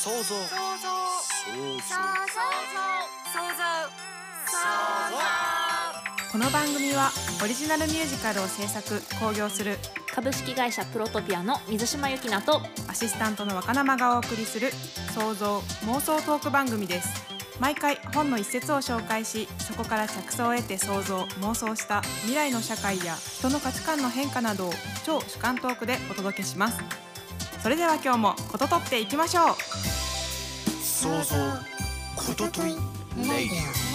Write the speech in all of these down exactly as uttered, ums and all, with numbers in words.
想像想像想像想像この番組はオリジナルミュージカルを制作興行する株式会社プロトピアの水島由紀奈とアシスタントの若生がお送りする想像妄想トーク番組です。毎回本の一節を紹介し、そこから着想を得て想像妄想した未来の社会や人の価値観の変化などを超主観トークでお届けします。それでは今日もこととっていきましょう。 想像ことといレディオ。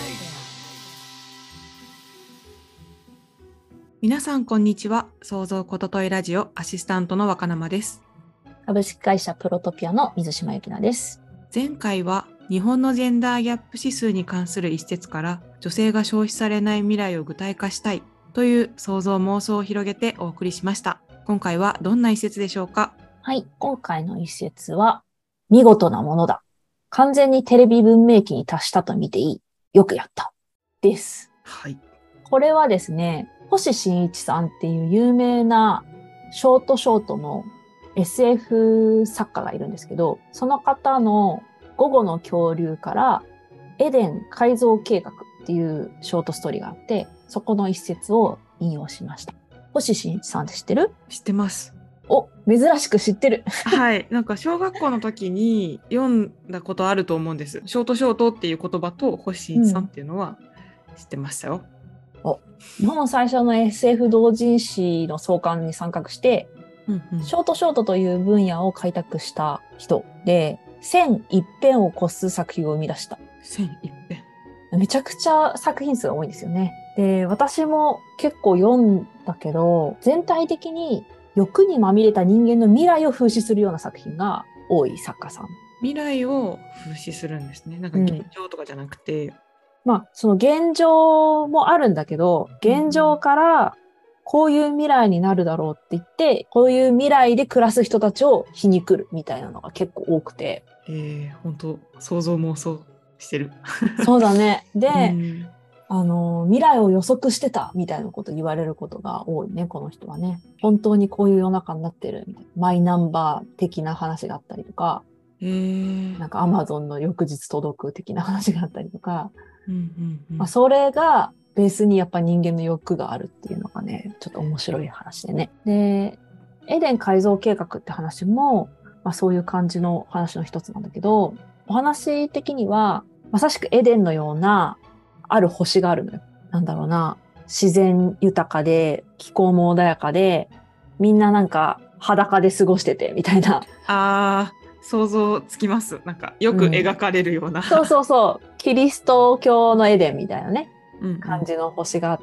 皆さんこんにちは。想像ことといラジオアシスタントの若生です。 株式会社プロトピアの水島由紀奈です。 前回は日本のジェンダーギャップ指数に関する一節から女性が消費されない未来を具体化したいという想像妄想を広げてお送りしました。今回はどんな一節でしょうか？ はい、今回の一節は見事なものだ。完全にテレビ文明期に達したと見ていい。よくやったです。 はい。 これはですね、星新一さんっていう有名なショートショートの エスエフ 作家がいるんですけど、その方の午後の恐竜からエデン改造計画っていうショートストーリーがあって、そこの一節を引用しました。星新一さんって知ってる？ 知ってます。 お、珍しく知ってる。 はい。なんか小学校の時に読んだことあると思うんです。ショートショートっていう言葉と星新一さんっていうのは知ってましたよ。 うん、お、日本最初の エスエフ 同人誌の創刊に参画して、 うんうん、 ショートショートという分野を開拓した人で、千一編を超す作品を生み出した。 千一編。 めちゃくちゃ作品数が多いんですよね。で、私も結構読んだけど、全体的に欲にまみれた人間の未来を風刺するような作品が多い作家さん。 未来を風刺するんですね。なんか現状とかじゃなくて。うん、 まあ、その現状もあるんだけど、現状からこういう未来になるだろうって言って、こういう未来で暮らす人たちを皮肉るみたいなのが結構多くて。 えー、本当想像妄想してる。 そうだね。で、 うんあの、未来を予測してたみたいなこと言われることが多いね、この人はね。本当にこういう世の中になってるみたいな。マイナンバー的な話があったりとか、 えー、 なんかアマゾンの翌日届く的な話があったりとか、 うんうんうん、 まあ、それがベースにやっぱ人間の欲があるっていうのがね、ちょっと面白い話でね。で、エデン改造計画って話も、まあそういう感じの話の一つなんだけど、お話的には、まさしくエデンのようなある星があるのよ。なんだろうな、自然豊かで、気候も穏やかで、みんななんか裸で過ごしててみたいな。 あー、想像つきます。なんかよく描かれるような、 うん、そうそうそう。キリスト教のエデンみたいなね、 うんうん、 感じの星があって、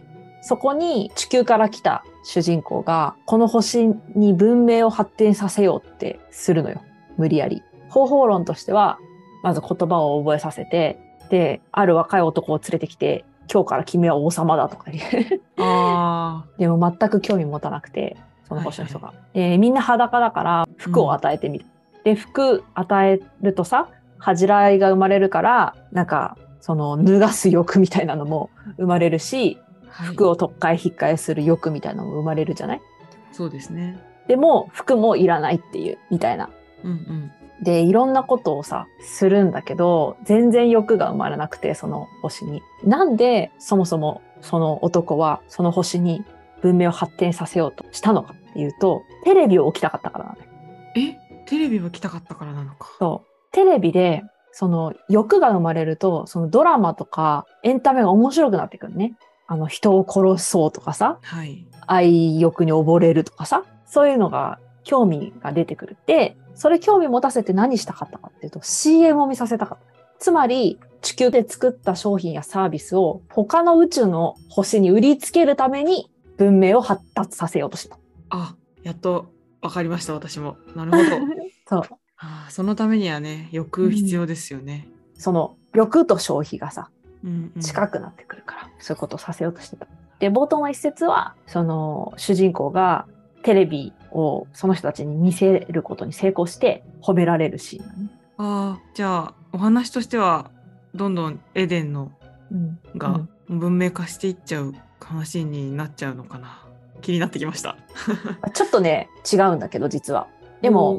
そこに地球から来た主人公が、この星に文明を発展させようってするのよ。無理やり。方法論としては、まず言葉を覚えさせて、で、ある若い男を連れてきて、今日から君は王様だとか言う。 あでも全く興味持たなくて、その星の人が。はいはい、えー、みんな裸だから服を与えてみる。うん、で、服与えるとさ、恥じらいが生まれるから、なんか、その脱がす欲みたいなのも生まれるし、はい、服を取っ替え引っ替えする欲みたいなのも生まれるじゃない？ そうですね。 でも、服もいらないっていう、みたいな。 うんうんで、いろんなことをさ、するんだけど、全然欲が生まれなくて、その星に。なんで、そもそもその男は、その星に文明を発展させようとしたのかっていうと、テレビを置きたかったからなの。 え？テレビを置きたかったからなのか。 そう。テレビで、その欲が生まれると、そのドラマとかエンタメが面白くなってくるね。あの、人を殺そうとかさ、 はい、 愛欲に溺れるとかさ、そういうのが興味が出てくる。で、それ興味持たせて何したかったかっていうと シーエム を見させたかった。つまり地球で作った商品やサービスを他の宇宙の星に売りつけるために文明を発達させようとした。 あ、やっと分かりました。私も。なるほど。 そう。 あ、そのためにはね、欲必要ですよね。 うん、その欲と消費がさ、 うんうん、 近くなってくるから、そういうことをさせようとしてた。で、冒頭の一節は、その主人公がテレビをその人たちに見せることに成功して褒められるシーンだね。 ああ、じゃあお話としてはどんどんエデンの、うん、が文明化していっちゃう話になっちゃうのかな。気になってきました。 ちょっとね違うんだけど実は。でも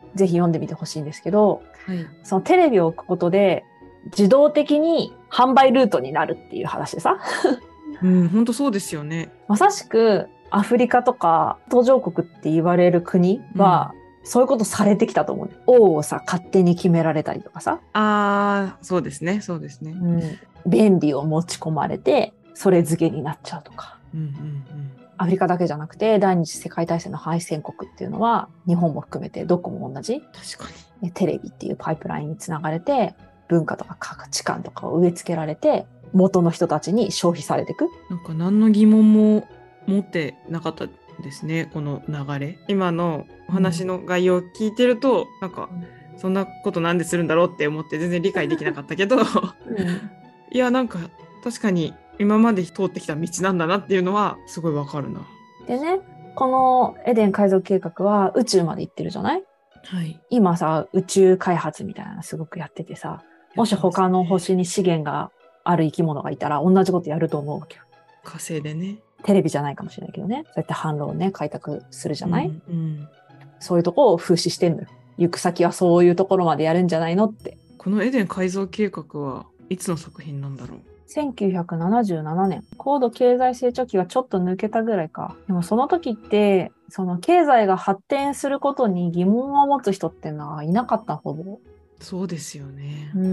ぜひ読んでみてほしいんですけど、 はい、 そのテレビを置くことで自動的に販売ルートになるっていう話でさ。 うん、本当そうですよね。 まさしくアフリカとか途上国って言われる国は、うん、そういうことされてきたと思う。王をさ、勝手に決められたりとかさ。 ああ、そうですね、そうですね。 うん、便利を持ち込まれて、それ付けになっちゃうとか。 うんうんうん、 アフリカだけじゃなくて、第二次世界大戦の敗戦国っていうのは、日本も含めてどこも同じ。 確かに。テレビっていうパイプラインにつながれて、文化とか価値観とかを植え付けられて、元の人たちに消費されていく。 なんか何の疑問も持ってなかったですね、この流れ。今のお話の概要を聞いてると、うん、なんかそんなことなんでするんだろうって思って全然理解できなかったけど、うん、いやなんか確かに今まで通ってきた道なんだなっていうのはすごいわかるな。 でね、このエデン海賊計画は宇宙まで行ってるじゃない？ はい。 今さ、宇宙開発みたいなのすごくやっててさ、もし他の星に資源がある生き物がいたら同じことやると思うわけよ。 火星でね。 テレビじゃないかもしれないけどね。そうやって販路をね、開拓するじゃない？ うんうん、 そういうとこを風刺してんのよ。行く先はそういうところまでやるんじゃないのって。 このエデン改造計画はいつの作品なんだろう？ せんきゅうひゃくななじゅうななねん。高度経済成長期がちょっと抜けたぐらいか。でもその時って、その経済が発展することに疑問を持つ人ってのはいなかったほど。 そうですよね。 うん。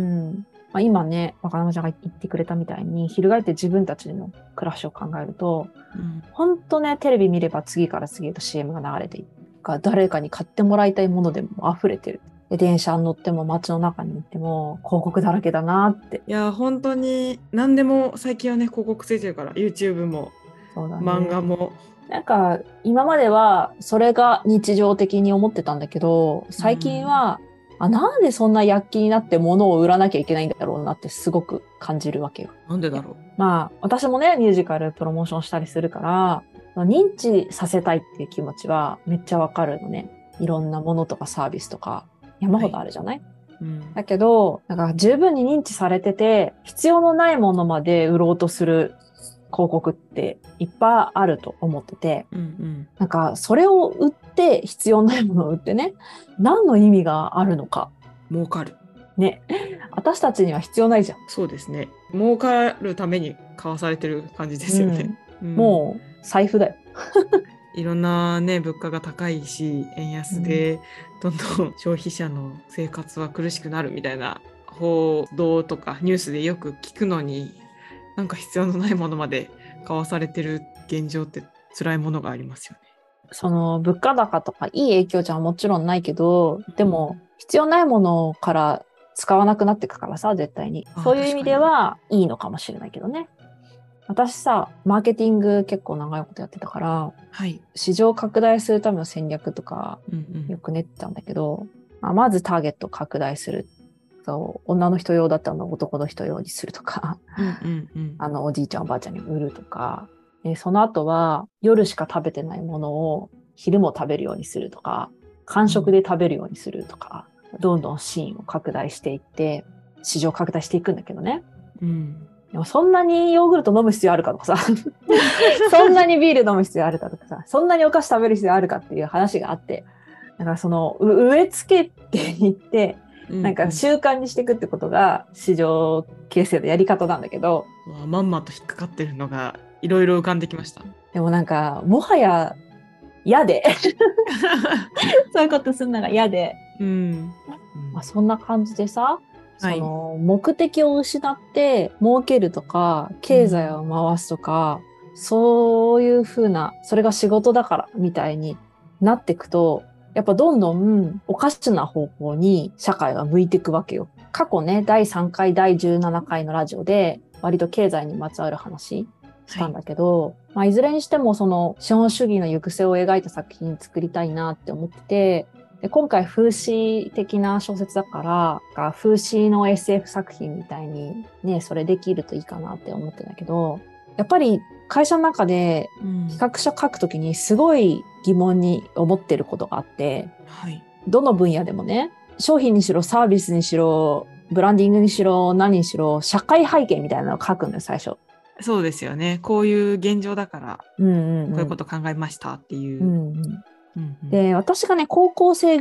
まあ、今ね、若山ちゃんが言ってくれたみたいに、翻って自分たちの暮らしを考えると、うん、ほんとね、テレビ見れば次から次へと シーエム が流れていく。誰かに買ってもらいたいものでも溢れてる。で電車に乗っても街の中に行っても広告だらけだなって。 いや本当に何でも最近はね広告ついてるから YouTube もそうだ、ね、漫画もなんか今まではそれが日常的に思ってたんだけど最近は、うん、あなんでそんな躍起になって物を売らなきゃいけないんだろうなってすごく感じるわけよ。 なんでだろう。 まあ私もねミュージカルプロモーションしたりするから認知させたいっていう気持ちはめっちゃわかるのね。いろんなものとかサービスとか山ほどあるじゃない、はいうん、だけどなんか十分に認知されてて必要のないものまで売ろうとする広告っていっぱいあると思ってて、うんうん、なんかそれを売って必要ないものを売ってね何の意味があるのか。 儲かるね私たちには必要ないじゃん。 そうですね儲かるために買わされてる感じですよね、 うんうん、もう財布だよいろんなね物価が高いし円安でどんどん消費者の生活は苦しくなるみたいな報道とかニュースでよく聞くのになんか必要のないものまで買わされてる現状って辛いものがありますよね。 その物価高とかいい影響じゃもちろんないけどでも必要ないものから使わなくなっていくからさ絶対にそういう意味ではいいのかもしれないけどね。私さマーケティング結構長いことやってたから、はい、市場拡大するための戦略とかよく練ってたんだけど、うんうんまあ、まずターゲットを拡大する。そう女の人用だったのを男の人用にするとか、うんうんうん、あのおじいちゃんおばあちゃんに売るとかでその後は夜しか食べてないものを昼も食べるようにするとか間食で食べるようにするとか、うん、どんどんシーンを拡大していって市場拡大していくんだけどね、うんでもそんなにヨーグルト飲む必要あるかとかさそんなにビール飲む必要あるかとかさそんなにお菓子食べる必要あるかっていう話があってだからその植え付けていってなんか習慣にしていくってことが市場形成のやり方なんだけど、 うんうん、まんまと引っかかってるのがいろいろ浮かんできました。 でもなんかもはや嫌でそういうことするのが嫌で、うんまあ、そんな感じでさその目的を失って儲けるとか経済を回すとか、うん、そういう風なそれが仕事だからみたいになっていくとやっぱどんどんおかしな方向に社会が向いていくわけよ。過去ねだいさんかいだいじゅうななかいのラジオで割と経済にまつわる話したんだけど、はいまあ、いずれにしてもその資本主義の行く末を描いた作品作りたいなって思っててで今回風刺的な小説だから風刺の エスエフ 作品みたいにねそれできるといいかなって思ってんだけどやっぱり会社の中で企画書書くときにすごい疑問に思ってることがあって、はい、どの分野でもね商品にしろサービスにしろブランディングにしろ何にしろ社会背景みたいなのを書くのよ最初。 そうですよねこういう現状だから、うんうんうん、こういうこと考えましたっていう、うんうんうんうん、で私がね高校生ぐらい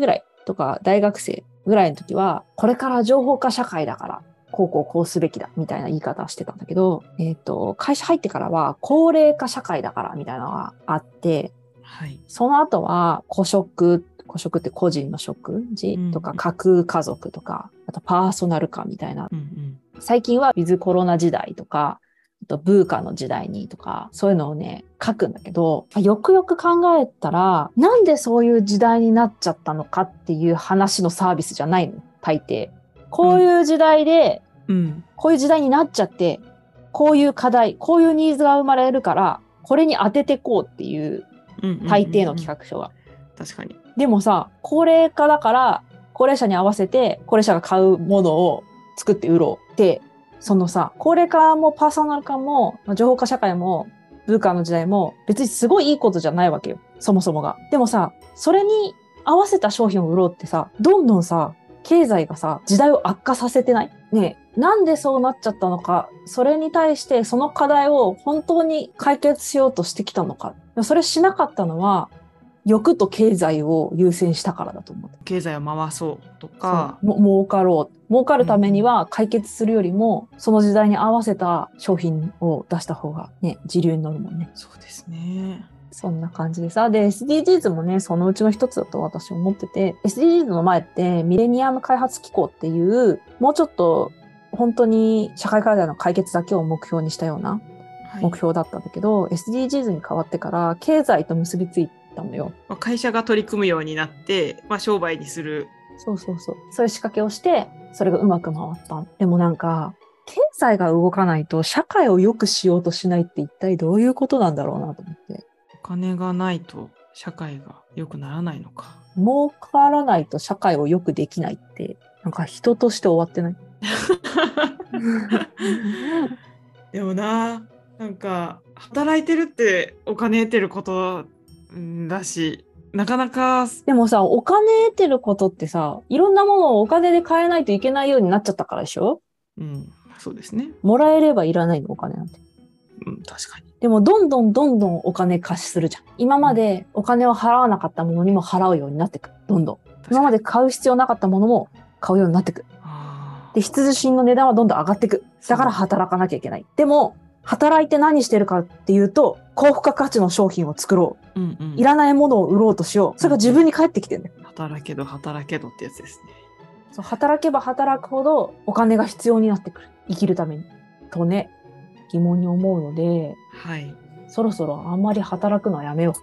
とか大学生ぐらいの時は、これから情報化社会だから、こうこうこうすべきだみたいな言い方をしてたんだけど、えっと、会社入ってからは高齢化社会だからみたいなのがあって、 はい、 その後は孤食、孤食って個人の食事とか、架空家族とか、あとパーソナル化みたいな。 うんうん、 最近はウィズコロナ時代とか、あとブーカの時代にとか、そういうのをね、書くんだけど、よくよく考えたら、なんでそういう時代になっちゃったのかっていう話のサービスじゃないの、大抵。こういう時代で、うん、こういう時代になっちゃって、こういう課題、こういうニーズが生まれるから、これに当ててこうっていう、大抵の企画書が。 確かに。 でもさ、高齢化だから、高齢者に合わせて、高齢者が買うものを作って売ろうって、そのさ、高齢化もパーソナル化も、情報化社会も、ブーカの時代も、別にすごいいいことじゃないわけよ。そもそもが。でもさ、それに合わせた商品を売ろうってさ、どんどんさ、経済がさ、時代を悪化させてない？ねえ、なんでそうなっちゃったのか、それに対してその課題を本当に解決しようとしてきたのか。それしなかったのは、欲と経済を優先したからだと思う。 経済を回そうとか。 も儲かろう。儲かるためには解決するよりも、うん、その時代に合わせた商品を出した方がね、時流に乗るもんね。 そうですね。 そんな感じでさ。で、エスディージーズ もね、そのうちの一つだと私思ってて、エスディージーズ の前ってミレニアム開発機構っていう、もうちょっと本当に社会課題の解決だけを目標にしたような目標だったんだけど、はい、エスディージーズ に変わってから経済と結びついたのよ。 会社が取り組むようになって、まあ、商売にする。 そうそうそう。そういう仕掛けをして、それがうまく回った。でもなんか、経済が動かないと社会を良くしようとしないって一体どういうことなんだろうなと思って。 お金がないと社会が良くならないのか。 儲からないと社会を良くできないって、なんか人として終わってない？ でもな、なんか働いてるってお金得てることだし、なかなか。 でもさ、お金得てることってさ、いろんなものをお金で買えないといけないようになっちゃったからでしょ？ うん、そうですね。 もらえればいらないの、お金なんて。 うん、確かに。 でもどんどんどんどんお金貸しするじゃん。今までお金を払わなかったものにも払うようになってく。どんどん。今まで買う必要なかったものも買うようになってく。で、必需品の値段はどんどん上がってく。だから働かなきゃいけない。でも、働いて何してるかっていうと、高付加価値の商品を作ろう。うんうん、いらないものを売ろうとしよう。それが自分に返ってきてるんだよ。 働けど働けどってやつですね。 そう、働けば働くほどお金が必要になってくる。生きるために。とね、疑問に思うので、 はい。 そろそろあんまり働くのはやめよ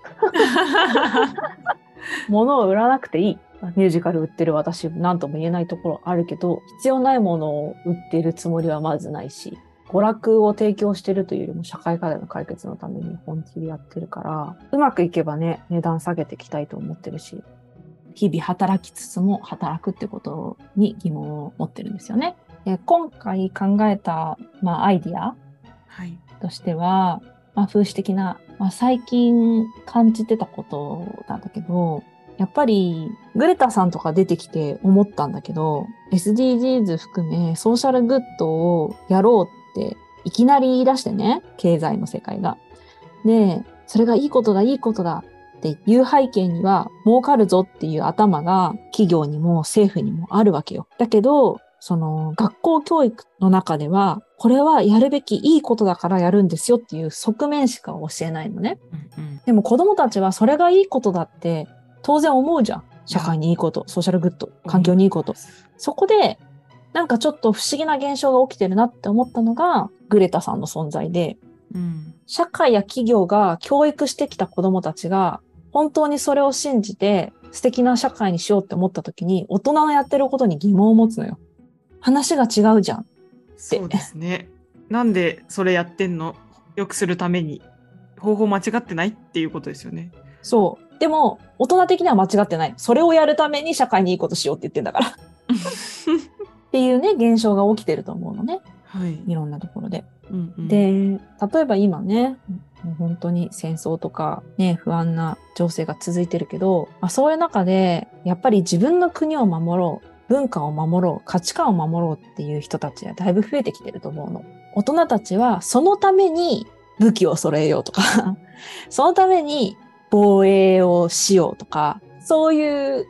う。物を売らなくていい。ミュージカル売ってる私、なんとも言えないところあるけど、必要ないものを売ってるつもりはまずないし、娯楽を提供してるというよりも社会課題の解決のために本気でやってるから、うまくいけばね、値段下げていきたいと思ってるし、日々働きつつも働くってことに疑問を持ってるんですよね。で、今回考えた、まあ、アイディアとしては、はい、まあ、風刺的な、まあ、最近感じてたことなんだけど、やっぱりグレタさんとか出てきて思ったんだけど、エスディージーズ 含めソーシャルグッドをやろうっていきなり言い出してね、経済の世界が。で、それがいいことだいいことだっていう背景には儲かるぞっていう頭が企業にも政府にもあるわけよ。だけど、その学校教育の中ではこれはやるべきいいことだからやるんですよっていう側面しか教えないのね。うんうん、でも子供たちはそれがいいことだって当然思うじゃん。社会にいいこと、ソーシャルグッド、環境にいいこと。そこで、なんかちょっと不思議な現象が起きてるなって思ったのが、グレタさんの存在で、うん、社会や企業が教育してきた子供たちが、本当にそれを信じて素敵な社会にしようって思った時に、大人のやってることに疑問を持つのよ。話が違うじゃんって。 そうですね。なんでそれやってんの？良くするために。方法間違ってないっていうことですよね。 そう。でも、大人的には間違ってない。それをやるために社会にいいことしようって言ってんだから。っていうね、現象が起きてると思うのね。はい。いろんなところで。うんうん、で、例えば今ね、もう本当に戦争とかね、不安な情勢が続いてるけど、まあ、そういう中で、やっぱり自分の国を守ろう、文化を守ろう、価値観を守ろうっていう人たちはだいぶ増えてきてると思うの。大人たちはそのために武器を揃えようとか、そのために防衛をしようとか、そういう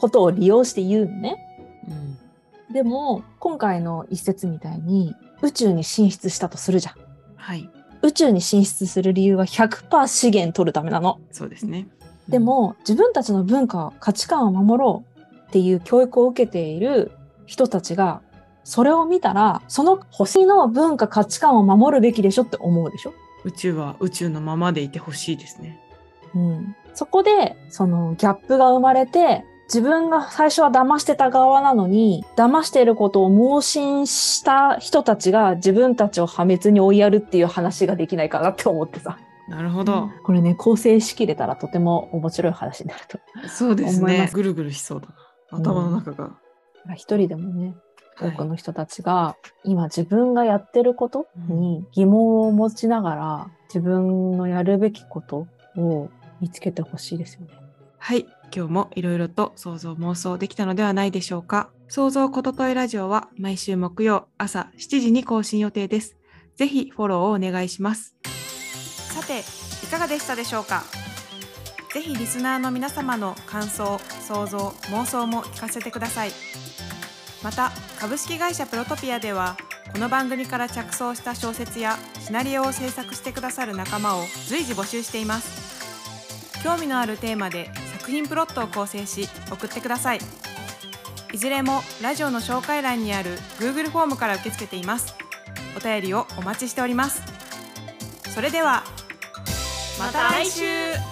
ことを利用して言うのね。 うん、 でも今回の一節みたいに宇宙に進出したとするじゃん。 はい、 宇宙に進出する理由は ひゃくパーセント 資源取るためなの。 そうですね。うん、 でも自分たちの文化価値観を守ろうっていう教育を受けている人たちがそれを見たら、その星の文化価値観を守るべきでしょって思うでしょ。 宇宙は宇宙のままでいてほしいですね。 うん、そこでそのギャップが生まれて、自分が最初は騙してた側なのに、騙していることを盲信した人たちが自分たちを破滅に追いやるっていう話ができないかなって思ってさ。 なるほど。 これね、構成しきれたらとても面白い話になるとそうですね。 思います。 ぐるぐるしそうだな。頭の中が。 うん、一人でもね、 はい、 多くの人たちが今自分がやってることに疑問を持ちながら、自分のやるべきことを見つけてほしいですよね。 はい、今日もいろいろと想像妄想できたのではないでしょうか。想像ことといラジオは毎週木曜朝しちじに更新予定です。ぜひフォローをお願いします。さて、いかがでしたでしょうか。ぜひリスナーの皆様の感想、想像、妄想も聞かせてください。また、株式会社プロトピアでは、この番組から着想した小説やシナリオを制作してくださる仲間を随時募集しています。興味のあるテーマで作品プロットを構成し送ってください。いずれもラジオの紹介欄にある Google フォームから受け付けています。お便りをお待ちしております。それではまた来週。